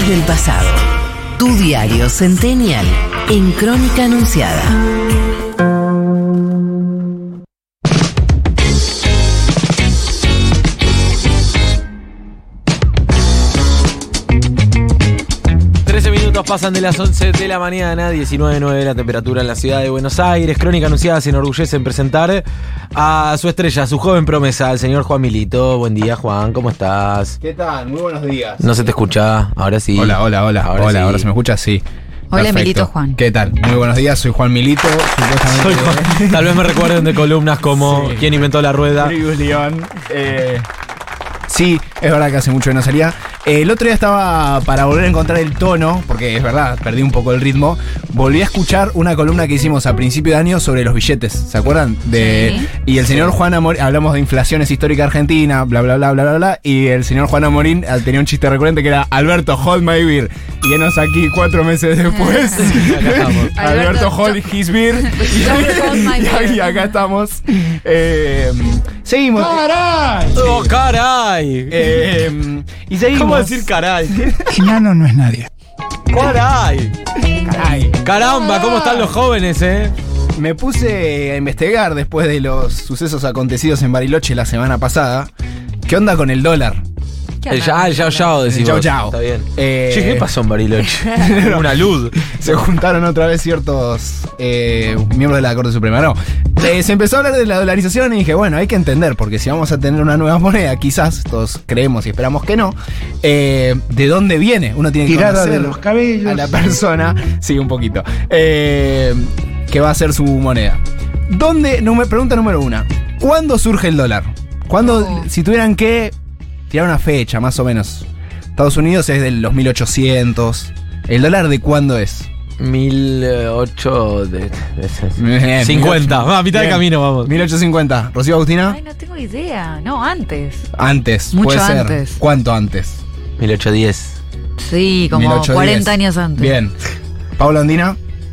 del pasado. Tu diario Centennial en Crónica Anunciada. Pasan de las 11 de la mañana, 19:09 la temperatura en la ciudad de Buenos Aires. Crónica Anunciada se enorgullece en presentar a su estrella, a su joven promesa, al señor Juan Milito. Buen día, Juan, ¿cómo estás? ¿Qué tal? Muy buenos días. No se te escucha, ahora sí. Hola. Ahora sí. ¿Se me escucha? Sí. Hola, Perfecto. Milito Juan. ¿Qué tal? Muy buenos días, soy Juan Milito. Soy Juan. Tal vez me recuerden de columnas como Sí. ¿Quién inventó la rueda? Trigus León. Sí, es verdad que hace mucho que no salía. El otro día estaba para volver a encontrar el tono, porque es verdad, perdí un poco el ritmo. Volví a escuchar una columna que hicimos a principio de año sobre los billetes, ¿se acuerdan? Sí. Y el señor Juan Amorín, hablamos de inflaciones histórica argentina, bla, bla, bla, bla, bla, bla. Y el señor Juan Amorín tenía un chiste recurrente que era Alberto, hold my beer. Y enos aquí 4 meses después. Acá estamos. Alberto, hold his beer. Hold my beer. Y acá estamos. Seguimos. ¡Oh, caray! Y seguimos. ¿Cómo decir caray? Enano no es nadie. ¡Caray! Caray. Caramba, ¿cómo están los jóvenes, Me puse a investigar después de los sucesos acontecidos en Bariloche la semana pasada. ¿Qué onda con el dólar? El yao decís El vos. yao. Está bien. Che, Che, ¿qué pasó en Bariloche? Una luz. Se juntaron otra vez ciertos miembros de la Corte Suprema. No. Se empezó a hablar de la dolarización y dije, bueno, hay que entender, porque si vamos a tener una nueva moneda, quizás, todos creemos y esperamos que no, ¿de dónde viene? Uno tiene que Tirada conocer de los cabellos. a la persona, sí, un poquito, que va a ser su moneda. Pregunta número 1. ¿Cuándo surge el dólar? ¿Cuándo, si tuvieran que tirar una fecha, más o menos? Estados Unidos es de los 1800. ¿El dólar de cuándo es? 50. A mitad de camino, vamos. 1850. ¿Rocío Agustina? Ay, no tengo idea. No, antes. Antes. Mucho puede ser. antes. ¿Cuánto antes? 1810. Sí, como 1810. 40 años antes. Bien. ¿Paula Andina?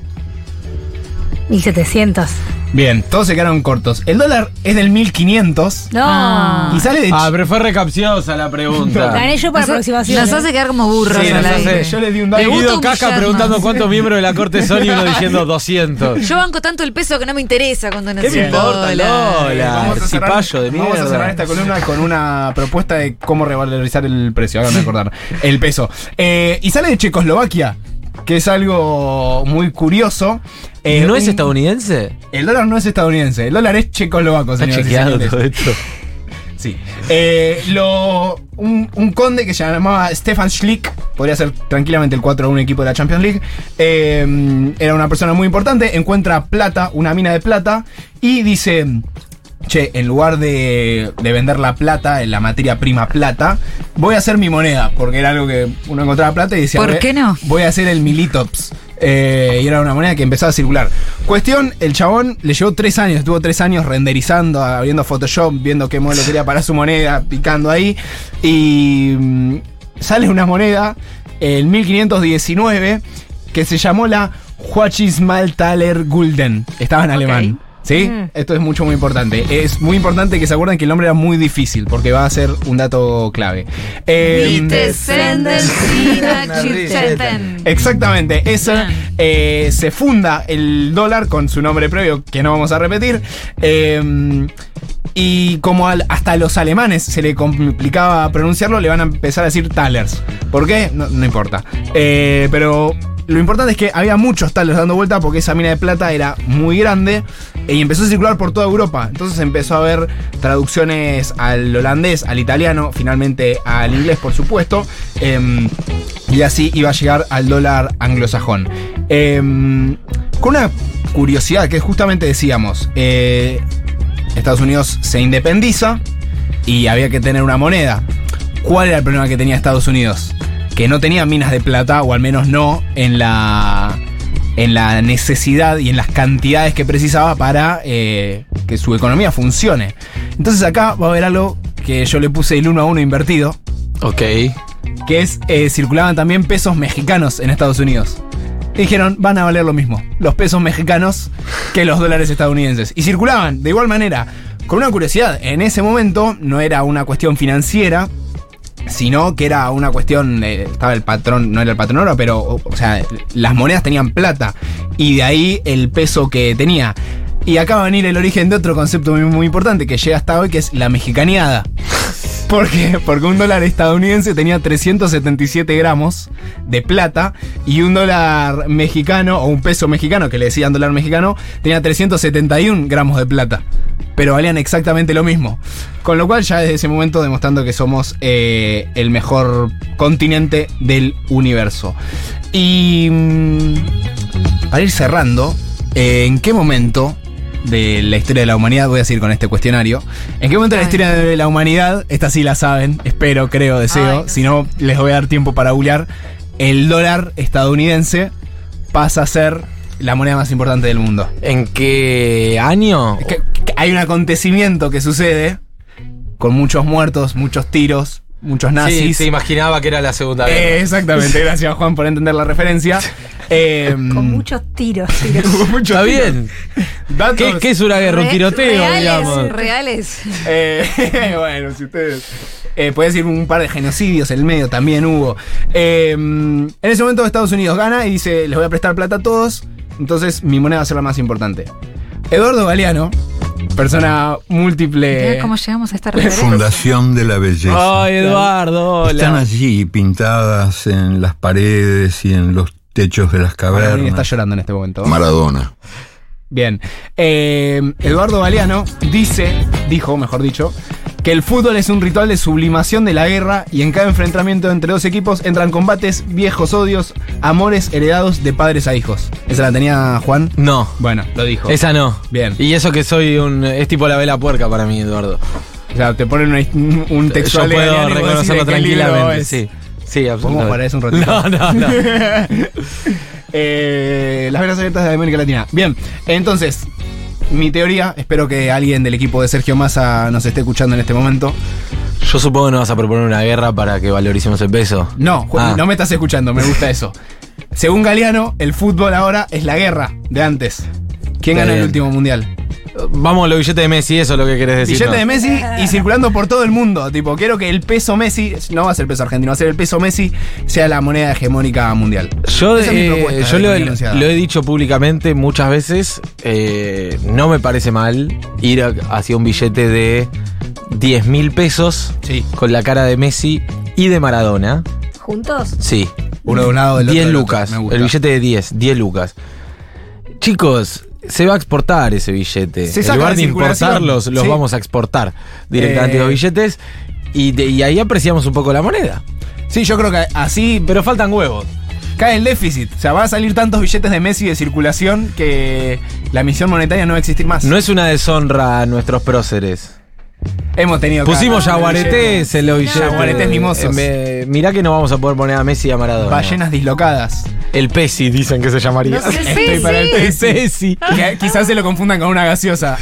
1700. Bien, todos se quedaron cortos. El dólar es del 1500 No. y sale de Pero fue recapciosa la pregunta. Gané yo por aproximación. Nos hace quedar como burros Sí, al nos aire. hace- yo le di un De dato. Guido gusta Casca humillar preguntando más. cuántos miembros de la corte son y uno diciendo 200. Yo banco tanto el peso que no me interesa cuando ¿Qué nació me el importa el dólar. dólar? Vamos a cerrar- Cipallo de Vamos a cerrar mierda. esta columna con una propuesta de cómo revalorizar el precio. Háganme acordar. El peso. Y sale de Checoslovaquia, que es algo muy curioso. ¿No es estadounidense? El dólar no es estadounidense, el dólar es checoslovaco, Está señores y chequeado señores. todo esto. Sí. Un conde que se llamaba Stefan Schlick, podría ser tranquilamente el 4 de un equipo de la Champions League, era una persona muy importante, encuentra plata, una mina de plata, y dice, che, en lugar de vender la plata, la materia prima plata, voy a hacer mi moneda, porque era algo que uno encontraba plata y decía, ¿Por qué no? Voy a hacer el Militops. Y era una moneda que empezaba a circular. Cuestión, el chabón le llevó 3 años, estuvo 3 años renderizando, abriendo Photoshop, viendo qué modelo quería para su moneda, picando ahí. Y sale una moneda, en 1519, que se llamó la Huachismaltaler Gulden. Estaba en alemán. ¿Sí? Esto es muy importante. Es muy importante que se acuerden que el nombre era muy difícil, porque va a ser un dato clave. Exactamente, esa se funda el dólar con su nombre previo, que no vamos a repetir. Y como hasta a los alemanes se le complicaba pronunciarlo, le van a empezar a decir Thalers. ¿Por qué? No importa. Pero lo importante es que había muchos Thalers dando vuelta porque esa mina de plata era muy grande y empezó a circular por toda Europa. Entonces empezó a haber traducciones al holandés, al italiano, finalmente al inglés, por supuesto. Y así iba a llegar al dólar anglosajón. Con una curiosidad que justamente decíamos, Estados Unidos se independiza y había que tener una moneda. ¿Cuál era el problema que tenía Estados Unidos? Que no tenía minas de plata, o al menos no en la necesidad y en las cantidades que precisaba para que su economía funcione. Entonces acá va a haber algo que yo le puse el 1 a 1 invertido. Ok. Que es, circulaban también pesos mexicanos en Estados Unidos. Y dijeron, van a valer lo mismo, los pesos mexicanos, que los dólares estadounidenses. Y circulaban de igual manera. Con una curiosidad, en ese momento no era una cuestión financiera, sino que era una cuestión, estaba el patrón, no era el patrón oro, pero, o sea, las monedas tenían plata, y de ahí el peso que tenía. Y acá va a venir el origen de otro concepto muy, muy importante que llega hasta hoy, que es la mexicaneada. ¿Por qué? Porque un dólar estadounidense tenía 377 gramos de plata y un dólar mexicano, o un peso mexicano, que le decían dólar mexicano, tenía 371 gramos de plata. Pero valían exactamente lo mismo. Con lo cual ya desde ese momento demostrando que somos el mejor continente del universo. Y para ir cerrando, ¿en qué momento de la historia de la humanidad, voy a seguir con este cuestionario, en qué momento de la historia de la humanidad, esta sí la saben, espero, creo, deseo, no si no les voy a dar tiempo para googlear, el dólar estadounidense pasa a ser la moneda más importante del mundo? ¿En qué año? Que hay un acontecimiento que sucede con muchos muertos, muchos tiros, muchos nazis. Sí, se imaginaba que era la Segunda Guerra. Exactamente, gracias Juan por entender la referencia. Con muchos tiros. Está bien. Datos. ¿Qué es una guerra? Un tiroteo, digamos. Reales. Bueno, si ustedes... puede decir un par de genocidios en el medio, también hubo. En ese momento Estados Unidos gana y dice, les voy a prestar plata a todos, entonces mi moneda va a ser la más importante. Eduardo Galeano, persona múltiple... ¿Cómo llegamos a esta referencia? Fundación de la Belleza. Ay, Eduardo, hola. Están allí pintadas en las paredes y en los techos de las Maradona está cavernas. llorando en este momento. Maradona. Bien. Eduardo Galeano dijo, mejor dicho, que el fútbol es un ritual de sublimación de la guerra y en cada enfrentamiento entre dos equipos entran combates, viejos odios, amores heredados de padres a hijos. ¿Esa la tenía Juan? No, Bueno, lo dijo. esa no. Bien. Y eso que soy es tipo la vela puerca para mí, Eduardo. O sea, te ponen un textual Yo de puedo Galeano y vos decís reconocerlo de qué libro tranquilamente, es. sí. Sí, Podemos absolutamente. parar eso un ratito. No. Las velas abiertas de América Latina. Bien, entonces, mi teoría, espero que alguien del equipo de Sergio Massa nos esté escuchando en este momento. Yo supongo que no vas a proponer una guerra para que valoricemos el peso. No, no me estás escuchando, me gusta eso. Según Galeano, el fútbol ahora es la guerra de antes. ¿Quién Está gana el bien. último mundial? Vamos a los billetes de Messi, eso es lo que querés decir. Billete ¿no? de Messi y circulando por todo el mundo. Tipo, quiero que el peso Messi, no va a ser el peso argentino, va a ser el peso Messi, sea la moneda hegemónica mundial. Yo, Esa es mi propuesta, yo anunciada. lo he dicho públicamente muchas veces. No me parece mal ir hacia un billete de 10.000 pesos Sí. con la cara de Messi y de Maradona. ¿Juntos? Sí. Uno de un lado del otro. 10 del otro. lucas. Me gusta. El billete de 10 lucas. Chicos, se va a exportar ese billete. Se En saca lugar de de circulación. importarlos, los Sí. vamos a exportar directamente los billetes. Y ahí apreciamos un poco la moneda. Sí, yo creo que así Pero faltan huevos. cae el déficit. O sea, van a salir tantos billetes de Messi de circulación que la emisión monetaria no va a existir más. No es una deshonra a nuestros próceres. Hemos tenido Pusimos cada- yaguaretés en los billetes. Yaguaretés mimosos. Mirá que no vamos a poder poner a Messi y a Maradona. ballenas dislocadas. El Pesi dicen que se llamaría. No sé, Estoy para el El Pepsi. Pesi. Que quizás se lo confundan con una gaseosa.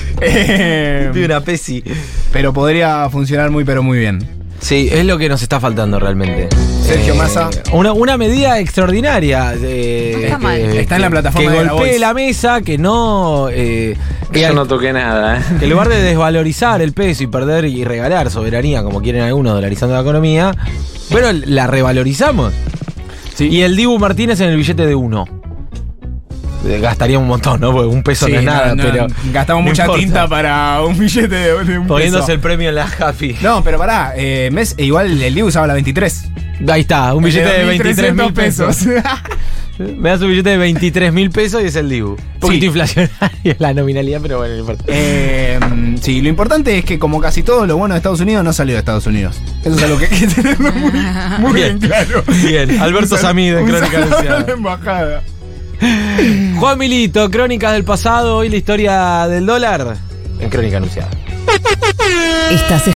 De una Pesi. Pero podría funcionar muy, pero muy bien. Sí, es lo que nos está faltando realmente. Sergio Massa. Una medida extraordinaria. No está mal. Está en la plataforma que de la golpee Voice. la mesa, que no. Yo no toqué nada, ¿eh? Que en lugar de desvalorizar el peso y perder y regalar soberanía, como quieren algunos, dolarizando la economía, bueno, la revalorizamos. Sí. Y el Dibu Martínez en el billete de 1. Gastaría un montón, ¿no? Porque un peso Sí, no es nada, pero. gastamos no mucha importa. tinta para un billete de un Poniéndose peso. el premio en la Happy. No, pero pará, igual el Dibu usaba la 23. Ahí está, un billete de 23.000 2.300 pesos. Me das un billete de 23.000 pesos y es el Dibu. Un poquito Sí. inflacionaria la nominalidad, pero bueno, no importa. Sí, lo importante es que como casi todo lo bueno de Estados Unidos no salió de Estados Unidos. Eso es algo que hay que tenerlo muy bien claro. Bien, Alberto Samid en Un Crónica saludo a Anunciada. la embajada. Juan Milito, Crónicas del Pasado, hoy la historia del dólar en Crónica Anunciada. Estás